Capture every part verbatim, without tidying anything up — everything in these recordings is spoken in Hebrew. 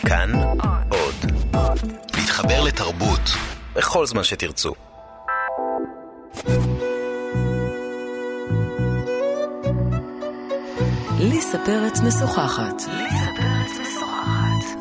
כאן עוד. להתחבר לתרבות בכל זמן שתרצו. ליסה פרץ משוחחת. ליסה פרץ משוחחת.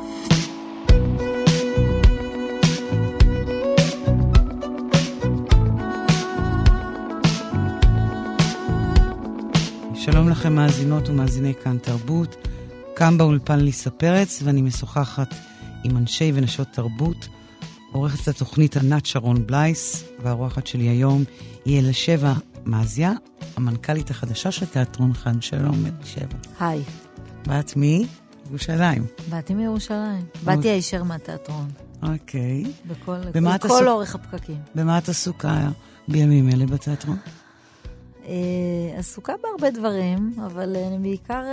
שלום לכם מאזינות ומאזיני כאן תרבות. כאן באולפן ליסה פרץ, ואני משוחחת עם אנשי ונשות תרבות. עורכת התוכנית ענת שרון בלייס, והאורחת שלי היום היא אלישבע מזיה, המנכ"לית החדשה של תיאטרון חן. שלום אלישבע. היי. באת מי? ירושלים. באתי מירושלים. באתי הישר מהתיאטרון. אוקיי. בכל, בכל אורך הפקקים. במה את עסוקה בימים אלה בתיאטרון? עסוקה בהרבה דברים, אבל אני בעיקר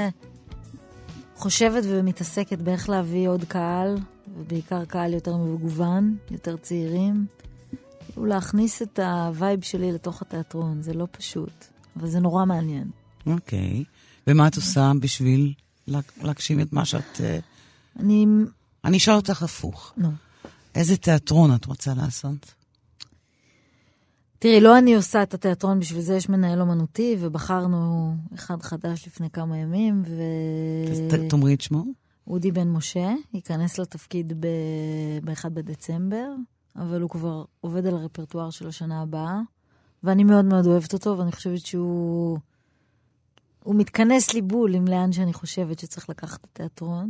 חושבת ומתעסקת באיך להביא עוד קהל, ובעיקר קהל יותר מגוון, יותר צעירים. ולהכניס את הווייב שלי לתוך התיאטרון, זה לא פשוט, אבל זה נורא מעניין. אוקיי. ומה את עושה בשביל להגשים את מה שאת... אני... אני אשאל אותך הפוך. נו. איזה תיאטרון את רוצה לעשות? תראי, לא אני עושה את התיאטרון, בשביל זה יש מנהל אומנותי, ובחרנו אחד חדש לפני כמה ימים, ו... תאמרי את שמו? אודי בן משה, ייכנס לתפקיד ב-אחד בדצמבר, אבל הוא כבר עובד על הרפרטואר של השנה הבאה, ואני מאוד מאוד אוהבת אותו, ואני חושבת שהוא הוא מתכנס לי בול עם לאן שאני חושבת שצריך לקחת את התיאטרון.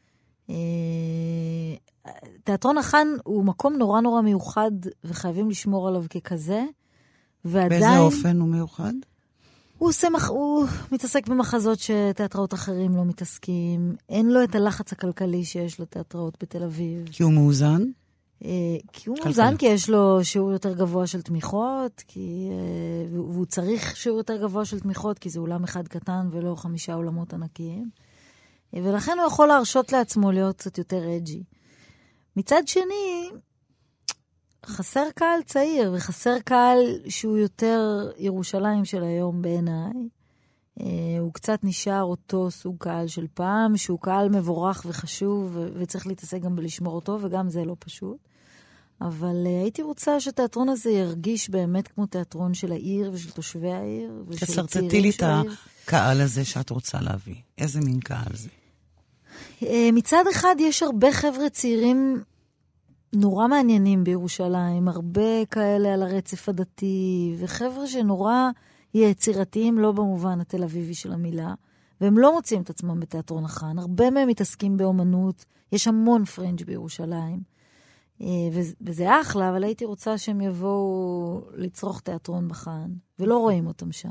תיאטרון החן הוא מקום נורא נורא מיוחד, וחייבים לשמור עליו ככזה, ועדיין... באיזה אופן הוא מיוחד? הוא, עושה מח... הוא מתעסק במחזות שתיאטראות אחרים לא מתעסקים, אין לו את הלחץ הכלכלי שיש לתיאטראות בתל אביב. כי הוא מאוזן? כי הוא מאוזן, כי יש לו שיעור יותר גבוה של תמיכות, כי, והוא צריך שיעור יותר גבוה של תמיכות, כי זה אולם אחד קטן ולא חמישה עולמות ענקיים. ולכן הוא יכול להרשות לעצמו להיות קצת יותר אג'י. מצד שני, חסר קהל צעיר, וחסר קהל שהוא יותר ירושלים של היום בעיניי. הוא קצת נשאר אותו סוג קהל של פעם, שהוא קהל מבורך וחשוב, וצריך להתעסק גם בלשמור אותו, וגם זה לא פשוט. אבל הייתי רוצה שהתיאטרון הזה ירגיש באמת כמו תיאטרון של העיר ושל תושבי העיר, ושל הצעירים של העיר. תסרטטי לי את הקהל הזה שאת רוצה להביא. איזה מין קהל זה? מצד אחד יש הרבה חבר'ה צעירים נורא מעניינים בירושלים, הרבה כאלה על הרצף הדתי, וחבר'ה שנורא יצירתיים, לא במובן התל אביבי של המילה, והם לא מוצאים את עצמם בתיאטרון החן. הרבה מהם מתעסקים באומנות, יש המון פרנץ' בירושלים, וזה אחלה, אבל הייתי רוצה שהם יבואו לצרוך תיאטרון בחן, ולא רואים אותם שם.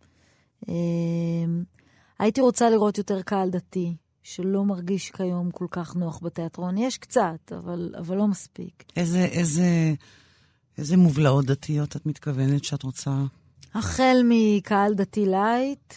הייתי רוצה לראות יותר קהל דתי, שלא מרגיש כיום כל כך נוח בתיאטרון. יש קצת, אבל, אבל לא מספיק. איזה, איזה, איזה מובלעות דתיות את מתכוונת שאת רוצה? החל מקהל דתי לייט,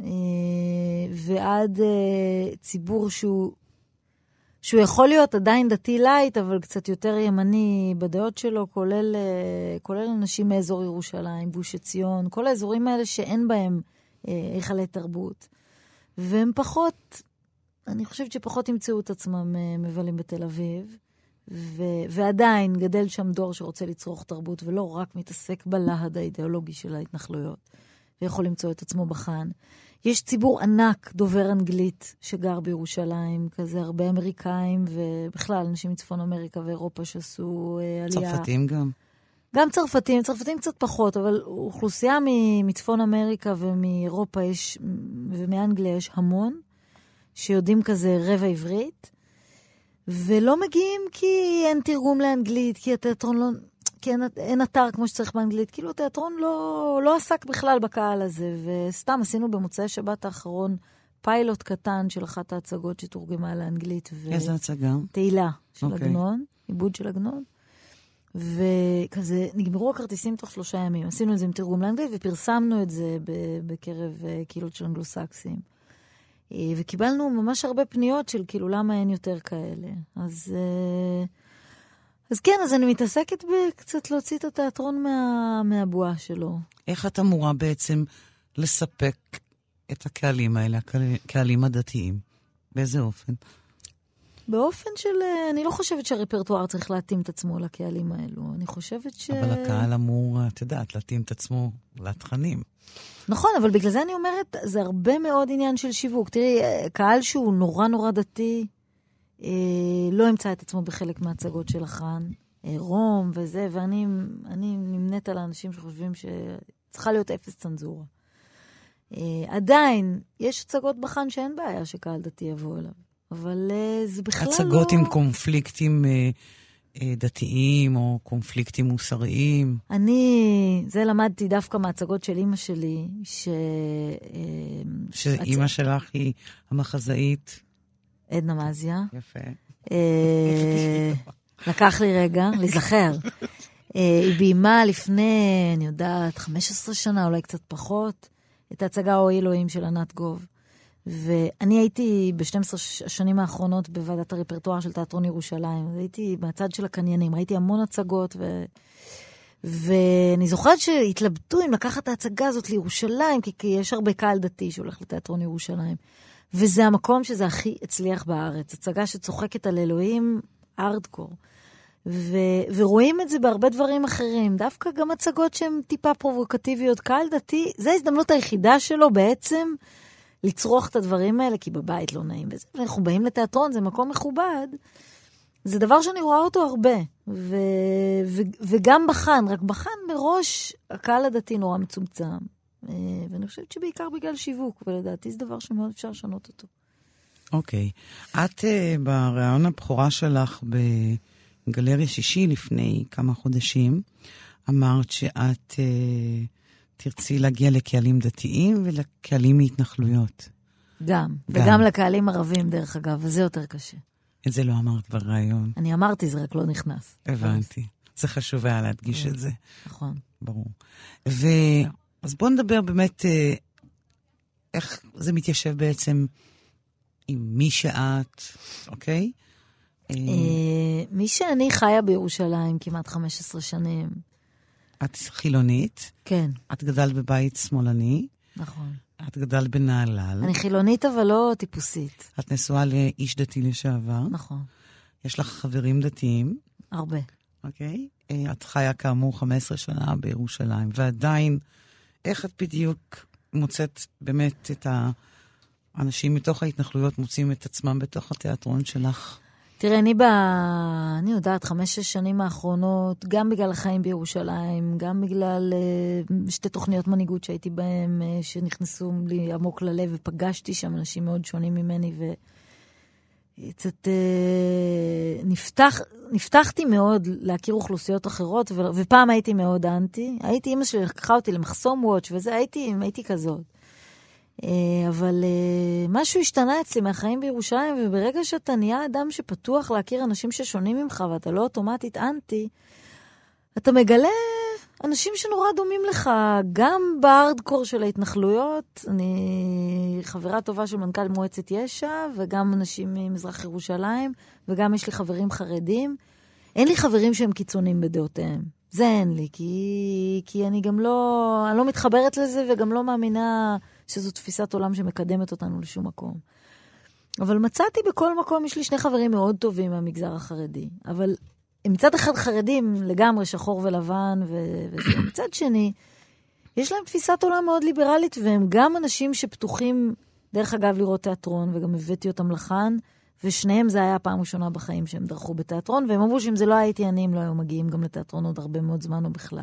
ועד ציבור שהוא, שהוא יכול להיות עדיין דתי לייט, אבל קצת יותר ימני בדעות שלו, כולל, כולל אנשים מאזור ירושלים, גוש עציון, כל האזורים האלה שאין בהם היכלי תרבות. והם פחות... אני חושבת שפחות ימצאו את עצמם מבלים בתל אביב, ו- ועדיין גדל שם דור שרוצה לצרוך תרבות, ולא רק מתעסק בלהד האידיאולוגי של ההתנחלויות, ויכול למצוא את עצמו בחן. יש ציבור ענק דובר אנגלית שגר בירושלים, כזה הרבה אמריקאים, ובכלל אנשים מצפון אמריקה ואירופה שעשו עלייה. צרפתים גם. גם צרפתים, צרפתים קצת פחות, אבל אוכלוסייה מצפון אמריקה ומאירופה יש, ומאנגליה יש המון, שיודעים כזה רבע עברית, ולא מגיעים כי אין תרגום לאנגלית, כי התיאטרון לא, כי אין, אין אתר כמו שצריך באנגלית, כאילו התיאטרון לא, לא עסק בכלל בקהל הזה, וסתם עשינו במוצאי שבת האחרון פיילוט קטן של אחת ההצגות שתורגמה לאנגלית. ו... איזה הצגה? תהילה של okay. עגנון, עיבוד של עגנון, וכזה נגמרו הכרטיסים תוך שלושה ימים, עשינו את זה עם תרגום לאנגלית, ופרסמנו את זה בקרב קהילות של אנגלוסקסים. וקיבלנו ממש הרבה פניות של כאילו למה אין יותר כאלה. אז, אז כן, אז אני מתעסקת בקצת להוציא את התיאטרון מה, מהבועה שלו. איך את אמורה בעצם לספק את הקהלים האלה, הקהלים הדתיים? באיזה אופן? באופן של... אני לא חושבת שהרפרטואר צריך להתאים את עצמו לקהלים האלו. אני חושבת ש... אבל הקהל אמור, את יודעת, להתאים את עצמו לתכנים. נכון, אבל בגלל זה אני אומרת, זה הרבה מאוד עניין של שיווק. תראי, קהל שהוא נורא נורא דתי, אה, לא ימצא את עצמו בחלק מההצגות של החן, אה, רום וזה, ואני אני נמנית על האנשים שחושבים שצריכה להיות אפס צנזורה. אה, עדיין, יש הצגות בחן שאין בעיה שקהל דתי יבוא אליו. אבל uh, זה בכלל לא... הצגות עם קונפליקטים uh, uh, דתיים או קונפליקטים מוסריים. אני, זה למדתי דווקא מהצגות של אמא שלי, ש... שאמא הצ... שלך היא המחזאית. עדנה מזיה. יפה. Uh, לקח לי רגע, להיזכר. uh, היא ביימה לפני, אני יודעת, חמש עשרה שנה, אולי קצת פחות, את ההצגה אוי אלוהים של ענת גוב. ואני הייתי ב-שתים עשרה השנים האחרונות בוועדת הרפרטואר של תיאטרון ירושלים. הייתי מהצד של הקניינים, ראיתי המון הצגות, ו... ואני זוכרת שהתלבטו אם לקחת את ההצגה הזאת לירושלים, כי, כי יש הרבה קהל דתי שהולך לתיאטרון ירושלים. וזה המקום שזה הכי הצליח בארץ. הצגה שצוחקת על אלוהים, ארדקור. ו... ורואים את זה בהרבה דברים אחרים. דווקא גם הצגות שהן טיפה פרובוקטיביות. קהל דתי, זו ההזדמנות היחידה שלו בעצם... לצרוך את הדברים האלה, כי בבית לא נעים וזה. ואנחנו באים לתיאטרון, זה מקום מכובד. זה דבר שאני רואה אותו הרבה. ו... ו... וגם בחן, רק בחן מראש, הקהל הדתי נורא מצומצם. ואני חושבת שבעיקר בגלל שיווק, ולדעתי זה דבר שמאוד אפשר לשנות אותו. אוקיי. את ברעיון הבכורה שלך בגלריה שישי לפני כמה חודשים, אמרת שאת... תרצי להגיע לקהלים דתיים ולקהלים מהתנחלויות. גם, גם. וגם לקהלים ערבים דרך אגב, וזה יותר קשה. את זה לא אמרת ברעיון. אני אמרתי, זה רק לא נכנס. הבנתי. זה חשוב היה להדגיש את זה. נכון. ברור. ו... אז בואו נדבר באמת איך זה מתיישב בעצם עם מי שאת, אוקיי? מי שאני חיה בירושלים כמעט חמש עשרה שנים, את חילונית. כן. את גדלת בבית שמאלני. נכון. את גדלת בנהלל. אני חילונית אבל לא טיפוסית. את נשואה לאיש דתי לשעבר. נכון. יש לך חברים דתיים. הרבה. אוקיי. את חיה כאמור חמש עשרה שנה בירושלים, ועדיין, איך את בדיוק מוצאת באמת את האנשים מתוך ההתנחלויות, מוצאים את עצמם בתוך התיאטרון שלך? תראה, אני ב... אני יודעת, חמש-שש שנים האחרונות, גם בגלל החיים בירושלים, גם בגלל uh, שתי תוכניות מנהיגות שהייתי בהן, uh, שנכנסו לי עמוק ללב, ופגשתי שם אנשים מאוד שונים ממני, וקצת uh, נפתח, נפתחתי מאוד להכיר אוכלוסיות אחרות, ו... ופעם הייתי מאוד אנטי. הייתי, אמא שלי לקחה אותי למחסום וואץ' וזה, הייתי, הייתי כזאת. אבל משהו השתנה אצלי מהחיים בירושלים, וברגע שאתה נהיה אדם שפתוח להכיר אנשים ששונים ממך, ואתה לא אוטומטית אנטי, אתה מגלה אנשים שנורא דומים לך, גם בארדקור של ההתנחלויות. אני חברה טובה של מנכ"ל מועצת יש"ע, וגם אנשים ממזרח ירושלים, וגם יש לי חברים חרדים. אין לי חברים שהם קיצונים בדעותיהם. זה אין לי, כי, כי אני גם לא, אני לא מתחברת לזה, וגם לא מאמינה שזו תפיסת עולם שמקדמת אותנו לשום מקום. אבל מצאתי בכל מקום, יש לי שני חברים מאוד טובים מהמגזר החרדי, אבל הם מצד אחד חרדים לגמרי, שחור ולבן, ומצד שני, יש להם תפיסת עולם מאוד ליברלית, והם גם אנשים שפתוחים, דרך אגב, לראות תיאטרון, וגם הבאתי אותם לכאן, ושניהם זה היה הפעם ראשונה בחיים שהם דרכו בתיאטרון, והם אמרו שאם זה לא הייתי אני, הם לא היו מגיעים גם לתיאטרון עוד הרבה מאוד זמן או בכלל.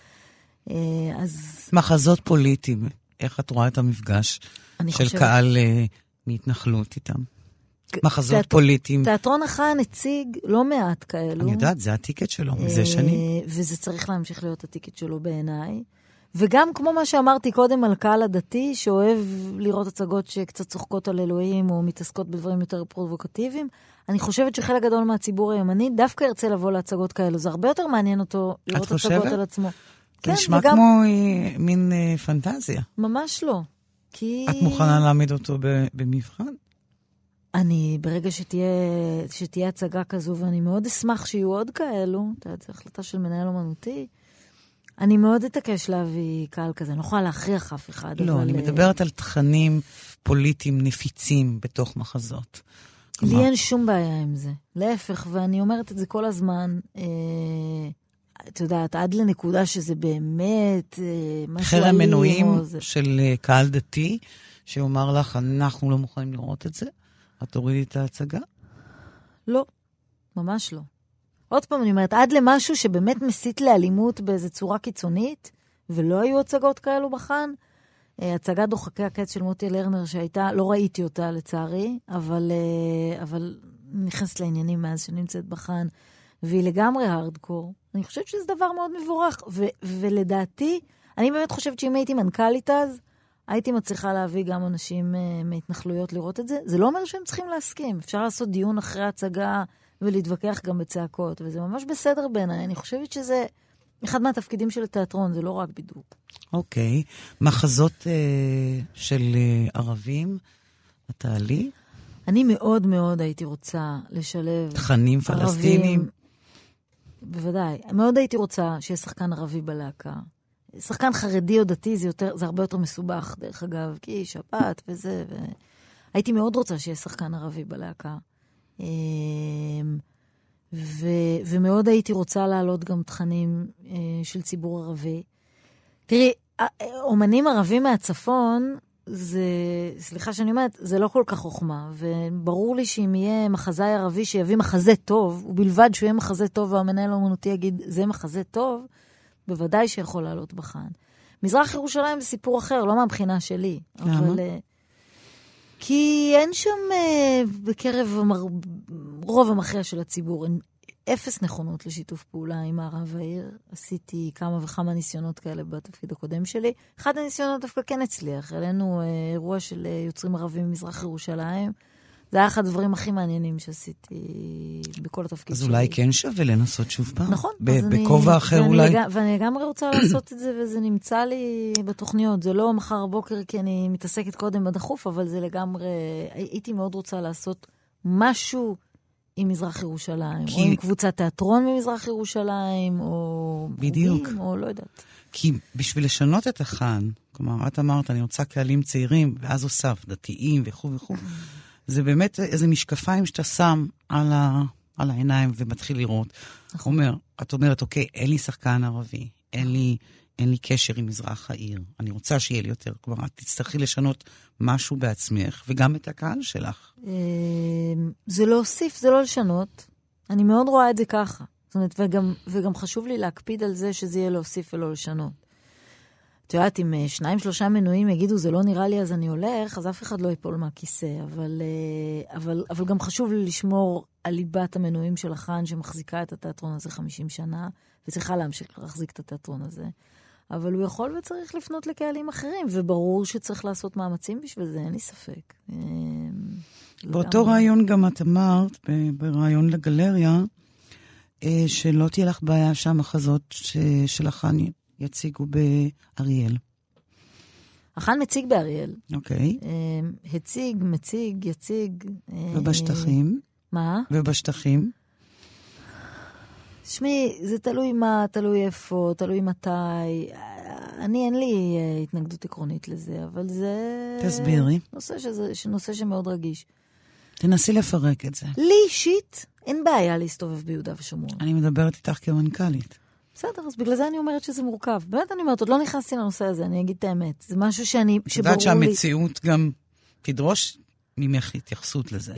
אז... מחזות פוליטיים, איך את רואה את המפגש של חושב... קהל uh, מהתנחלות איתם? מחזות תיאט... פוליטיים. תיאטרון החן הציג לא מעט כאלו. אני יודעת, זה הטיקט שלו, מזה שנים. וזה צריך להמשיך להיות הטיקט שלו בעיניי. וגם כמו מה שאמרתי קודם על קהל הדתי, שאוהב לראות הצגות שקצת צוחקות על אלוהים, או מתעסקות בדברים יותר פרובוקטיביים, אני חושבת שחלק גדול מהציבור הימני דווקא ירצה לבוא להצגות כאלו. זה הרבה יותר מעניין אותו לראות הצגות על עצמו. זה נשמע כן, וגם... כמו מין אה, פנטזיה. ממש לא. כי... את מוכנה להעמיד אותו במבחן? אני, ברגע שתהיה, שתהיה הצגה כזו, ואני מאוד אשמח שיהיו עוד כאלו, אתה יודע, זו החלטה של מנהל אומנותי, אני מאוד אתעקש להביא קהל כזה. אני לא יכולה להכריח אף אחד. לא, אבל... אני מדברת על תכנים פוליטיים נפיצים בתוך מחזות. לי אין שום בעיה עם זה. להפך, ואני אומרת את זה כל הזמן, אה, את יודעת, עד לנקודה שזה באמת אה, משהו... חרם מנויים זה... של uh, קהל דתי, שאומר לך, אנחנו לא מוכנים לראות את זה? את תורידי את ההצגה? לא, ממש לא. עוד פעם אני אומרת, עד למשהו שבאמת מסית לאלימות באיזו צורה קיצונית, ולא היו הצגות כאלו בחן, הצגת דוחקי הקץ של מוטי לרנר שהייתה, לא ראיתי אותה לצערי, אבל, אבל נכנסת לעניינים מאז שנמצאת בחן, והיא לגמרי הארדקור. אני חושבת שזה דבר מאוד מבורך, ו, ולדעתי, אני באמת חושבת שאם הייתי מנכ"לית אז, הייתי מצליחה להביא גם אנשים מהתנחלויות לראות את זה. זה לא אומר שהם צריכים להסכים. אפשר לעשות דיון אחרי ההצגה ולהתווכח גם בצעקות, וזה ממש בסדר בעיניי. אני חושבת שזה אחד מהתפקידים של התיאטרון, זה לא רק בידור. אוקיי. מחזות אה, של אה, ערבים, אתה עלי? אני מאוד מאוד הייתי רוצה לשלב... תכנים פלסטינים? ערבים, בוודאי. מאוד הייתי רוצה שיהיה שחקן ערבי בלהקה. שחקן חרדי או דתי זה, יותר, זה הרבה יותר מסובך, דרך אגב, כי שבת וזה. ו... הייתי מאוד רוצה שיהיה שחקן ערבי בלהקה. ו... ומאוד הייתי רוצה להעלות גם תכנים של ציבור ערבי. תראי, אומנים ערבים מהצפון, זה, סליחה שאני אומרת, זה לא כל כך חוכמה, וברור לי שאם יהיה מחזאי ערבי שיביא מחזה טוב, ובלבד שהוא יהיה מחזה טוב, והמנהל האומנותי יגיד, זה מחזה טוב, בוודאי שיכול לעלות בחן. מזרח ירושלים זה סיפור אחר, לא מהבחינה שלי. למה? אבל, כי אין שם בקרב המר... רוב המכריע של הציבור, אין אפס נכונות לשיתוף פעולה עם מערב העיר. עשיתי כמה וכמה ניסיונות כאלה בתפקיד הקודם שלי. אחד הניסיונות דווקא כן הצליח. אלינו אירוע של יוצרים ערבים ממזרח ירושלים. זה היה אחד הדברים הכי מעניינים שעשיתי בכל התפקיד אז שלי. אז אולי כן שווה לנסות שוב פעם. נכון. בכובע אחר ואני אולי. לג... ואני לגמרי רוצה לעשות את זה, וזה נמצא לי בתוכניות. זה לא מחר בוקר, כי אני מתעסקת קודם בדחוף, אבל זה לגמרי... הייתי מאוד רוצה לעשות משהו עם מזרח ירושלים, כי... או עם קבוצת תיאטרון ממזרח ירושלים, או... בדיוק. חוגים, או לא יודעת. כי בשביל לשנות את החן, כלומר, את אמרת, אני רוצה קהלים צעירים, ואז הוסף, דתיים וכו' וכו'. זה באמת איזה משקפיים שאתה שם על, ה, על העיניים ומתחיל לראות. נכון. אומר, את אומרת, אוקיי, אין לי שחקן ערבי, אין לי, אין לי קשר עם מזרח העיר, אני רוצה שיהיה לי יותר. כלומר, את תצטרכי לשנות משהו בעצמך, וגם את הקהל שלך. זה לא הוסיף, זה לא לשנות. אני מאוד רואה את זה ככה. זאת אומרת, וגם, וגם חשוב לי להקפיד על זה שזה יהיה להוסיף ולא לשנות. את יודעת, אם שניים, שלושה מנויים יגידו, זה לא נראה לי, אז אני הולך, אז אף אחד לא ייפול מהכיסא. אבל, אבל, אבל גם חשוב לי לשמור על ליבת המנויים של החן, שמחזיקה את התיאטרון הזה חמישים שנה, וצריכה להמשיך להחזיק את התיאטרון הזה. אבל הוא יכול וצריך לפנות לקהלים אחרים, וברור שצריך לעשות מאמצים בשביל זה, אין לי ספק. באותו רעיון גם את אמרת, ברעיון לגלריה, שלא תהיה לך בעיה שהמחזות של החן יציגו באריאל. החן מציג באריאל. אוקיי. הציג, מציג, יציג. ובשטחים? מה? ובשטחים? שמי, זה תלוי מה, תלוי איפה, תלוי מתי. אני, אין לי התנגדות עקרונית לזה, אבל זה... תסבירי. נושא, שזה, נושא שמאוד רגיש. תנסי לפרק את זה. לי אישית, אין בעיה להסתובב ביהודה ושומרון. אני מדברת איתך כמנכ"לית. בסדר, אז בגלל זה אני אומרת שזה מורכב. באמת אני אומרת, עוד לא נכנסתי לנושא הזה, אני אגיד את האמת. זה משהו שאני, שברור לי... יודעת שהמציאות גם תדרוש ממך התייחסות לזה.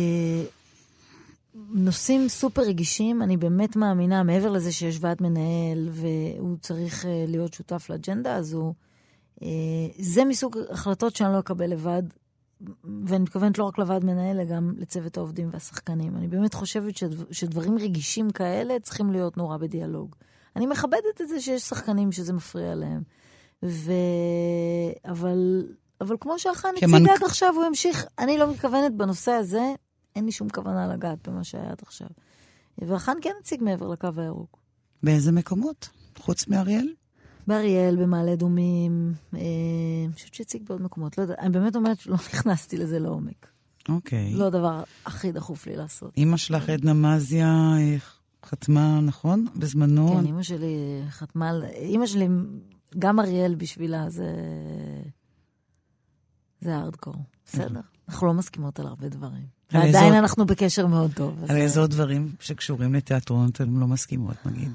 נושאים סופר רגישים, אני באמת מאמינה, מעבר לזה שיש ועד מנהל, והוא צריך להיות שותף לאג'נדה הזו, זה מסוג החלטות שאני לא אקבל לבד, ואני מתכוונת לא רק לוועד מנהל, אלא גם לצוות העובדים והשחקנים. אני באמת חושבת שדברים רגישים כאלה צריכים להיות נורא בדיאלוג. אני מכבדת את זה שיש שחקנים שזה מפריע להם. ו... אבל, אבל כמו שהחן הציג עד עכשיו, הוא המשיך. אני לא מתכוונת בנושא הזה, אין לי שום כוונה לגעת במה שהיה עד עכשיו. והחן כן הציג מעבר לקו הירוק. באיזה מקומות? חוץ מאריאל? באריאל, במעלה אדומים, אני חושבת שהציג בעוד מקומות. לא יודע, אני באמת אומרת שלא נכנסתי לזה לעומק. אוקיי. לא הדבר הכי דחוף לי לעשות. אמא שלך עדנה מזיה חתמה, נכון? בזמנו? כן, אמא שלי חתמה, אמא שלי, גם אריאל בשבילה, זה... זה הארדקור. בסדר. אנחנו לא מסכימות על הרבה דברים. ועדיין אנחנו בקשר מאוד טוב. על איזה עוד דברים שקשורים לתיאטרון, אתם לא מסכימות, נגיד?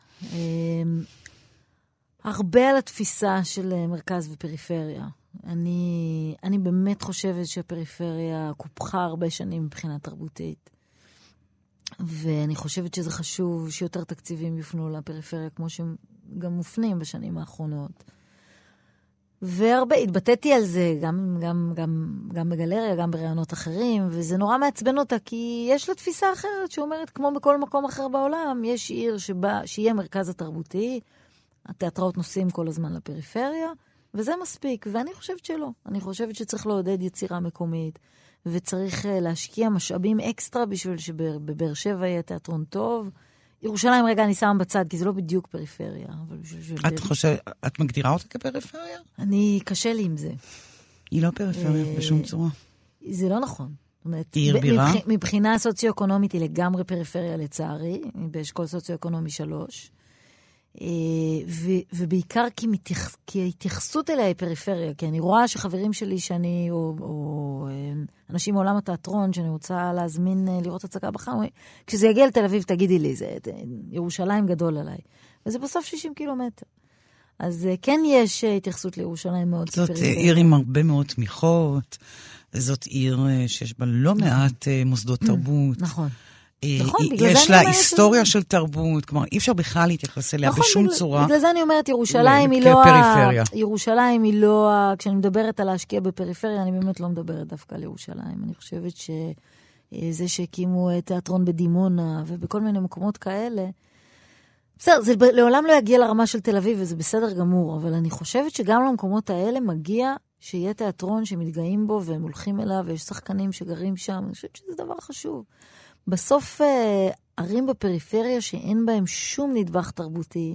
הרבה על התפיסה של מרכז ופריפריה. אני, אני באמת חושבת שהפריפריה קופחה הרבה שנים מבחינה תרבותית. ואני חושבת שזה חשוב שיותר תקציבים יופנו לפריפריה, כמו שהם גם מופנים בשנים האחרונות. והרבה, התבטאתי על זה, גם, גם, גם, גם בגלריה, גם ברעיונות אחרים, וזה נורא מעצבן אותה, כי יש לה תפיסה אחרת שאומרת, כמו בכל מקום אחר בעולם, יש עיר שבה, שיהיה מרכז התרבותי, התיאטראות נוסעים כל הזמן לפריפריה, וזה מספיק, ואני חושבת שלא. אני חושבת שצריך לעודד יצירה מקומית, וצריך להשקיע משאבים אקסטרה בשביל שבבאר שבע יהיה תיאטרון טוב. ירושלים, רגע, אני שם בצד, כי זה לא בדיוק פריפריה. את חושבת, את מגדירה אותה כפריפריה? אני, קשה לי עם זה. היא לא פריפריה בשום צורה. זה לא נכון. עיר בירה? מבחינה סוציו-אקונומית היא לגמרי פריפריה לצערי, באשכול סוציו-אקונומי שלוש. ובעיקר כי ההתייחסות אליה היא פריפריה, כי אני רואה שחברים שלי שאני, או אנשים מעולם התיאטרון, שאני רוצה להזמין לראות הצגה בחם, כשזה יגיע לתל אביב תגידי לי, זה ירושלים גדול עליי. וזה בסוף שישים קילומטר. אז כן יש התייחסות לירושלים מאוד כפריפריה. זאת עיר עם הרבה מאוד תמיכות, זאת עיר שיש בה לא מעט מוסדות תרבות. נכון. נכון, יש לה היסטוריה של תרבות, כלומר, אי אפשר בכלל להתייחס אליה בשום צורה. בגלל זה אני אומרת, ירושלים היא לא ה... ירושלים היא לא ה... כשאני מדברת על להשקיע בפריפריה, אני באמת לא מדברת דווקא על ירושלים. אני חושבת שזה שהקימו תיאטרון בדימונה ובכל מיני מקומות כאלה, בסדר, זה לעולם לא יגיע לרמה של תל אביב, וזה בסדר גמור, אבל אני חושבת שגם למקומות האלה מגיע שיהיה תיאטרון שמתגאים בו, והם הולכים אליו, ויש שחקנים שגרים שם. אני חושבת שזה דבר חשוב. בסוף ערים בפריפריה שאין בהם שום נדבך תרבותי,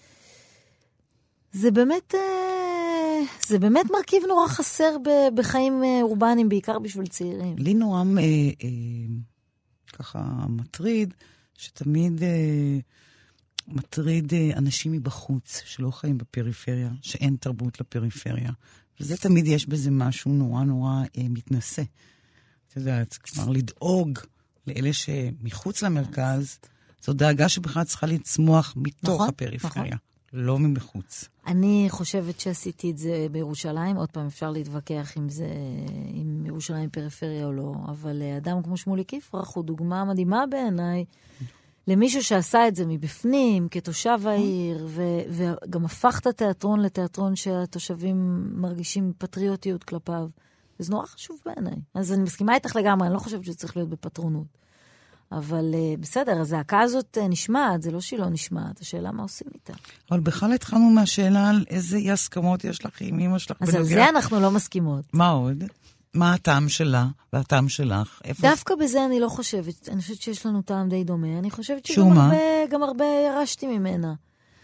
זה באמת, זה באמת מרכיב נורא חסר בחיים אורבניים, בעיקר בשביל צעירים. לי נורא אה, אה, ככה מטריד, שתמיד אה, מטריד אה, אנשים מבחוץ, שלא חיים בפריפריה, שאין תרבות לפריפריה. וזה תמיד יש בזה משהו נורא נורא אה, מתנשא. אתה יודעת, כלומר, לדאוג לאלה שמחוץ למרכז, זו דאגה שבכלל צריכה לצמוח מתוך נכון, הפריפריה, נכון. לא מבחוץ. אני חושבת שעשיתי את זה בירושלים, עוד פעם אפשר להתווכח אם זה, אם ירושלים פריפריה או לא, אבל אדם כמו שמולי כיפרח הוא דוגמה מדהימה בעיניי, למישהו שעשה את זה מבפנים, כתושב העיר, ו- וגם הפך את התיאטרון לתיאטרון שהתושבים מרגישים פטריוטיות כלפיו. וזה נורא חשוב בעיניי. אז אני מסכימה איתך לגמרי, אני לא חושבת שצריך להיות בפטרונות. אבל uh, בסדר, הזעקה הזאת uh, נשמעת, זה לא שהיא לא נשמעת, השאלה מה עושים איתה. אבל בכלל התחלנו מהשאלה על איזה אי הסכמות יש לך עם אמא שלך. אז על זה אנחנו לא מסכימות. מה עוד? מה הטעם שלה והטעם שלך? איפה... דווקא בזה אני לא חושבת, אני חושבת שיש לנו טעם די דומה, אני חושבת שגם הרבה, גם הרבה ירשתי ממנה.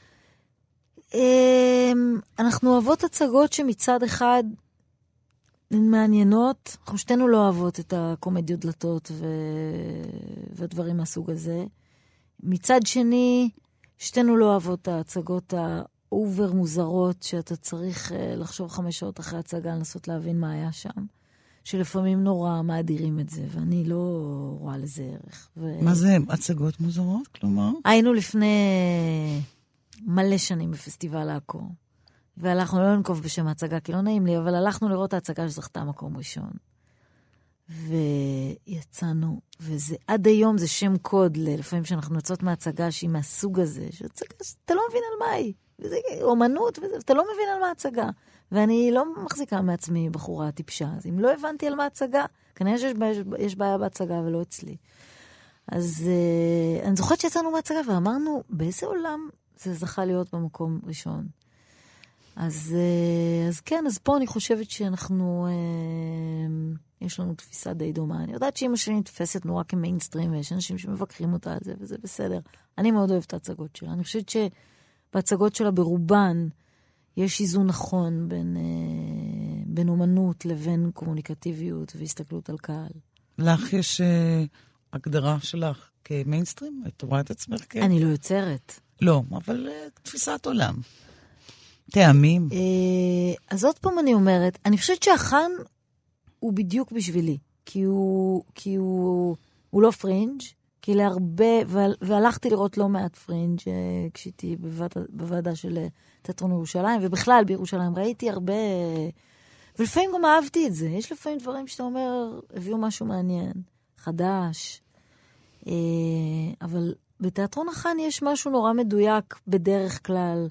אנחנו אוהבות הצגות שמצד אחד הן מעניינות, אנחנו שתינו לא אוהבות את הקומדיות דלתות ו... ודברים מהסוג הזה. מצד שני, שתינו לא אוהבות את ההצגות האובר מוזרות, שאתה צריך לחשוב חמש שעות אחרי הצגה, לנסות להבין מה היה שם. שלפעמים נורא מאדירים את זה, ואני לא רואה לזה ערך. ו... מה זה הצגות מוזרות? כלומר? היינו לפני מלא שנים בפסטיבל עכו, והלכנו, לא ננקוב בשם ההצגה, כי לא נעים לי, אבל הלכנו לראות ההצגה שזכתה מקום ראשון. ויצאנו, וזה עד היום זה שם קוד, לפעמים שאנחנו יוצאות מההצגה שהיא מהסוג הזה, שהצגה שאתה לא מבין על מה היא. וזה אומנות, וזה, ואתה לא מבין על מה ההצגה. ואני לא מחזיקה מעצמי בחורה טיפשה. אז אם לא הבנתי על מה ההצגה, כנראה שיש בעיה, יש בעיה בהצגה ולא אצלי. אז uh, אני זוכרת שיצאנו מההצגה ואמרנו, באיזה עולם זה זכה להיות במקום ראשון? אז, uh, אז כן, אז פה אני חושבת שאנחנו, uh, יש לנו תפיסה די דומה. אני יודעת שאמא שלי נתפסת נורא כמיינסטרים, ויש אנשים שמבקרים אותה על זה, וזה בסדר. אני מאוד אוהבת את ההצגות שלה. אני חושבת שבהצגות שלה ברובן, יש איזון נכון בין, אה, בין אומנות לבין קומוניקטיביות והסתכלות על קהל. לך יש אה, הגדרה שלך כמיינסטרים? את רואה את עצמך כ... אני לא יוצרת. לא, אבל אה, תפיסת עולם. טעמים. אה, אז עוד פעם אני אומרת, אני חושבת שהחן הוא בדיוק בשבילי. כי הוא, כי הוא, הוא לא פרינג', כי להרבה, והלכתי לראות לא מעט פרינג' כשהייתי בוועדה, בוועדה של תיאטרון ירושלים, ובכלל בירושלים ראיתי הרבה, ולפעמים גם אהבתי את זה. יש לפעמים דברים שאתה אומר, הביאו משהו מעניין, חדש, אבל בתיאטרון החאן יש משהו נורא מדויק בדרך כלל,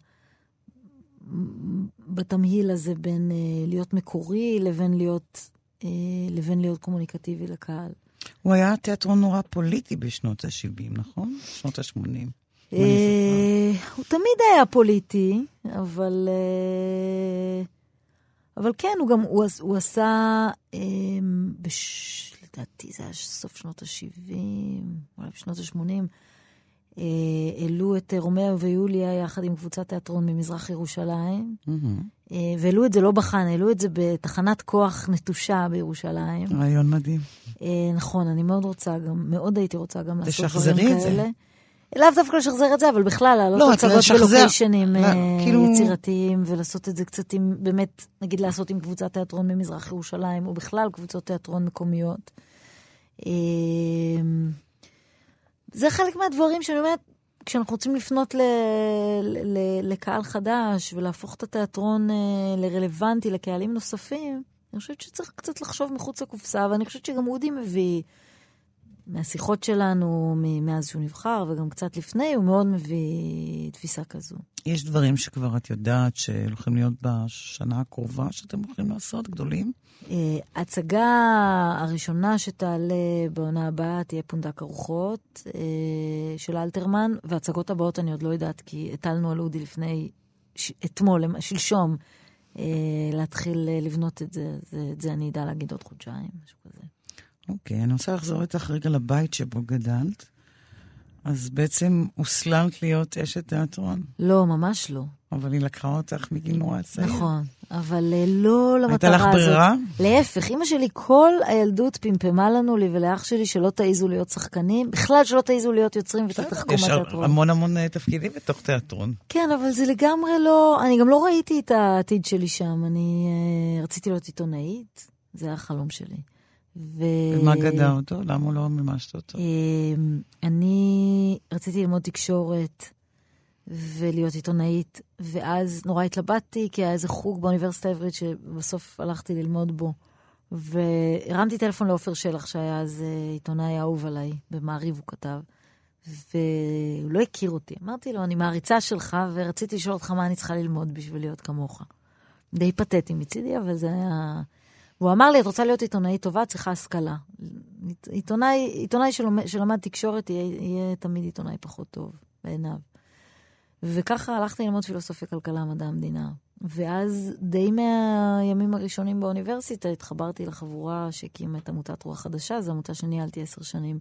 בתמהיל הזה בין להיות מקורי לבין להיות, לבין להיות קומוניקטיבי לקהל. הוא היה תיאטרון נורא פוליטי בשנות ה-שבעים, נכון? שנות ה-שמונים. הוא תמיד היה פוליטי, אבל אבל כן, הוא גם, הוא עשה, לדעתי זה היה סוף שנות ה-שבעים, אולי בשנות ה-שמונים, העלו את רומאו ויוליה יחד עם קבוצת תיאטרון ממזרח ירושלים, והעלו את זה לא בחן, העלו את זה בתחנת כוח נטושה בירושלים. רעיון מדהים. נכון, אני מאוד רוצה גם, מאוד הייתי רוצה גם לעשות דברים כאלה. תשחזרי את זה. לאו דווקא לשחזר את זה, אבל בכלל, לעלות הצגות בלוקיישנים יצירתיים, ולעשות את זה קצת עם, באמת, נגיד לעשות עם קבוצת תיאטרון ממזרח ירושלים, או בכלל קבוצות תיאטרון מקומיות. זה חלק מהדברים שאני אומרת, כשאנחנו רוצים לפנות ל, ל, ל, לקהל חדש, ולהפוך את התיאטרון לרלוונטי לקהלים נוספים, אני חושבת שצריך קצת לחשוב מחוץ לקופסה, ואני חושבת שגם אודי מביא, מהשיחות שלנו, מאז שהוא נבחר, וגם קצת לפני, הוא מאוד מביא תפיסה כזו. יש דברים שכבר את יודעת שהולכים להיות בשנה הקרובה, שאתם הולכים לעשות גדולים? ההצגה הראשונה שתעלה בעונה הבאה תהיה פונדק ארוחות של אלתרמן, וההצגות הבאות אני עוד לא יודעת, כי הטלנו על אודי לפני, אתמול, שלשום, להתחיל לבנות את זה. את זה אני אדע להגיד עוד חודשיים, משהו כזה. אוקיי, אני רוצה לחזור איתך רגע לבית שבו גדלת. אז בעצם הוסלמת להיות אשת תיאטרון? לא, ממש לא. אבל היא לקחה אותך מגיל נורא צעיר. נכון, אבל לא למטרה הזאת. הייתה לך ברירה? להפך, אמא שלי כל הילדות פמפמה לנו לי ולאח שלי שלא תעיזו להיות שחקנים, בכלל שלא תעיזו להיות יוצרים ותתחקו מהתיאטרון. יש המון המון תפקידים בתוך תיאטרון. כן, אבל זה לגמרי לא, אני גם לא ראיתי את העתיד שלי שם, אני רציתי להיות עיתונאית, זה היה החלום שלי. ומה גדע אותו? למה הוא לא ממשת אותו? אני רציתי ללמוד תקשורת ולהיות עיתונאית, ואז נורא התלבטתי, כי היה איזה חוג באוניברסיטה העברית שבסוף הלכתי ללמוד בו, והרמתי טלפון לאופר שלח, שהיה אז עיתונאי אהוב עליי, במעריב הוא כתב, והוא לא הכיר אותי. אמרתי לו, אני מעריצה שלך, ורציתי לשאול אותך מה אני צריכה ללמוד בשביל להיות כמוך. די פתטי מצידי, אבל זה היה... והוא אמר לי, את רוצה להיות עיתונאית טובה, צריכה השכלה. עיתונאי, עיתונאי שלומד, שלמד תקשורת יהיה, יהיה תמיד עיתונאי פחות טוב בעיניו. וככה הלכתי ללמוד פילוסופיה, כלכלה, מדע המדינה. ואז די מהימים הראשונים באוניברסיטה התחברתי לחבורה שהקימה את עמותת רוח חדשה, זו עמותה שניהלתי עשר שנים.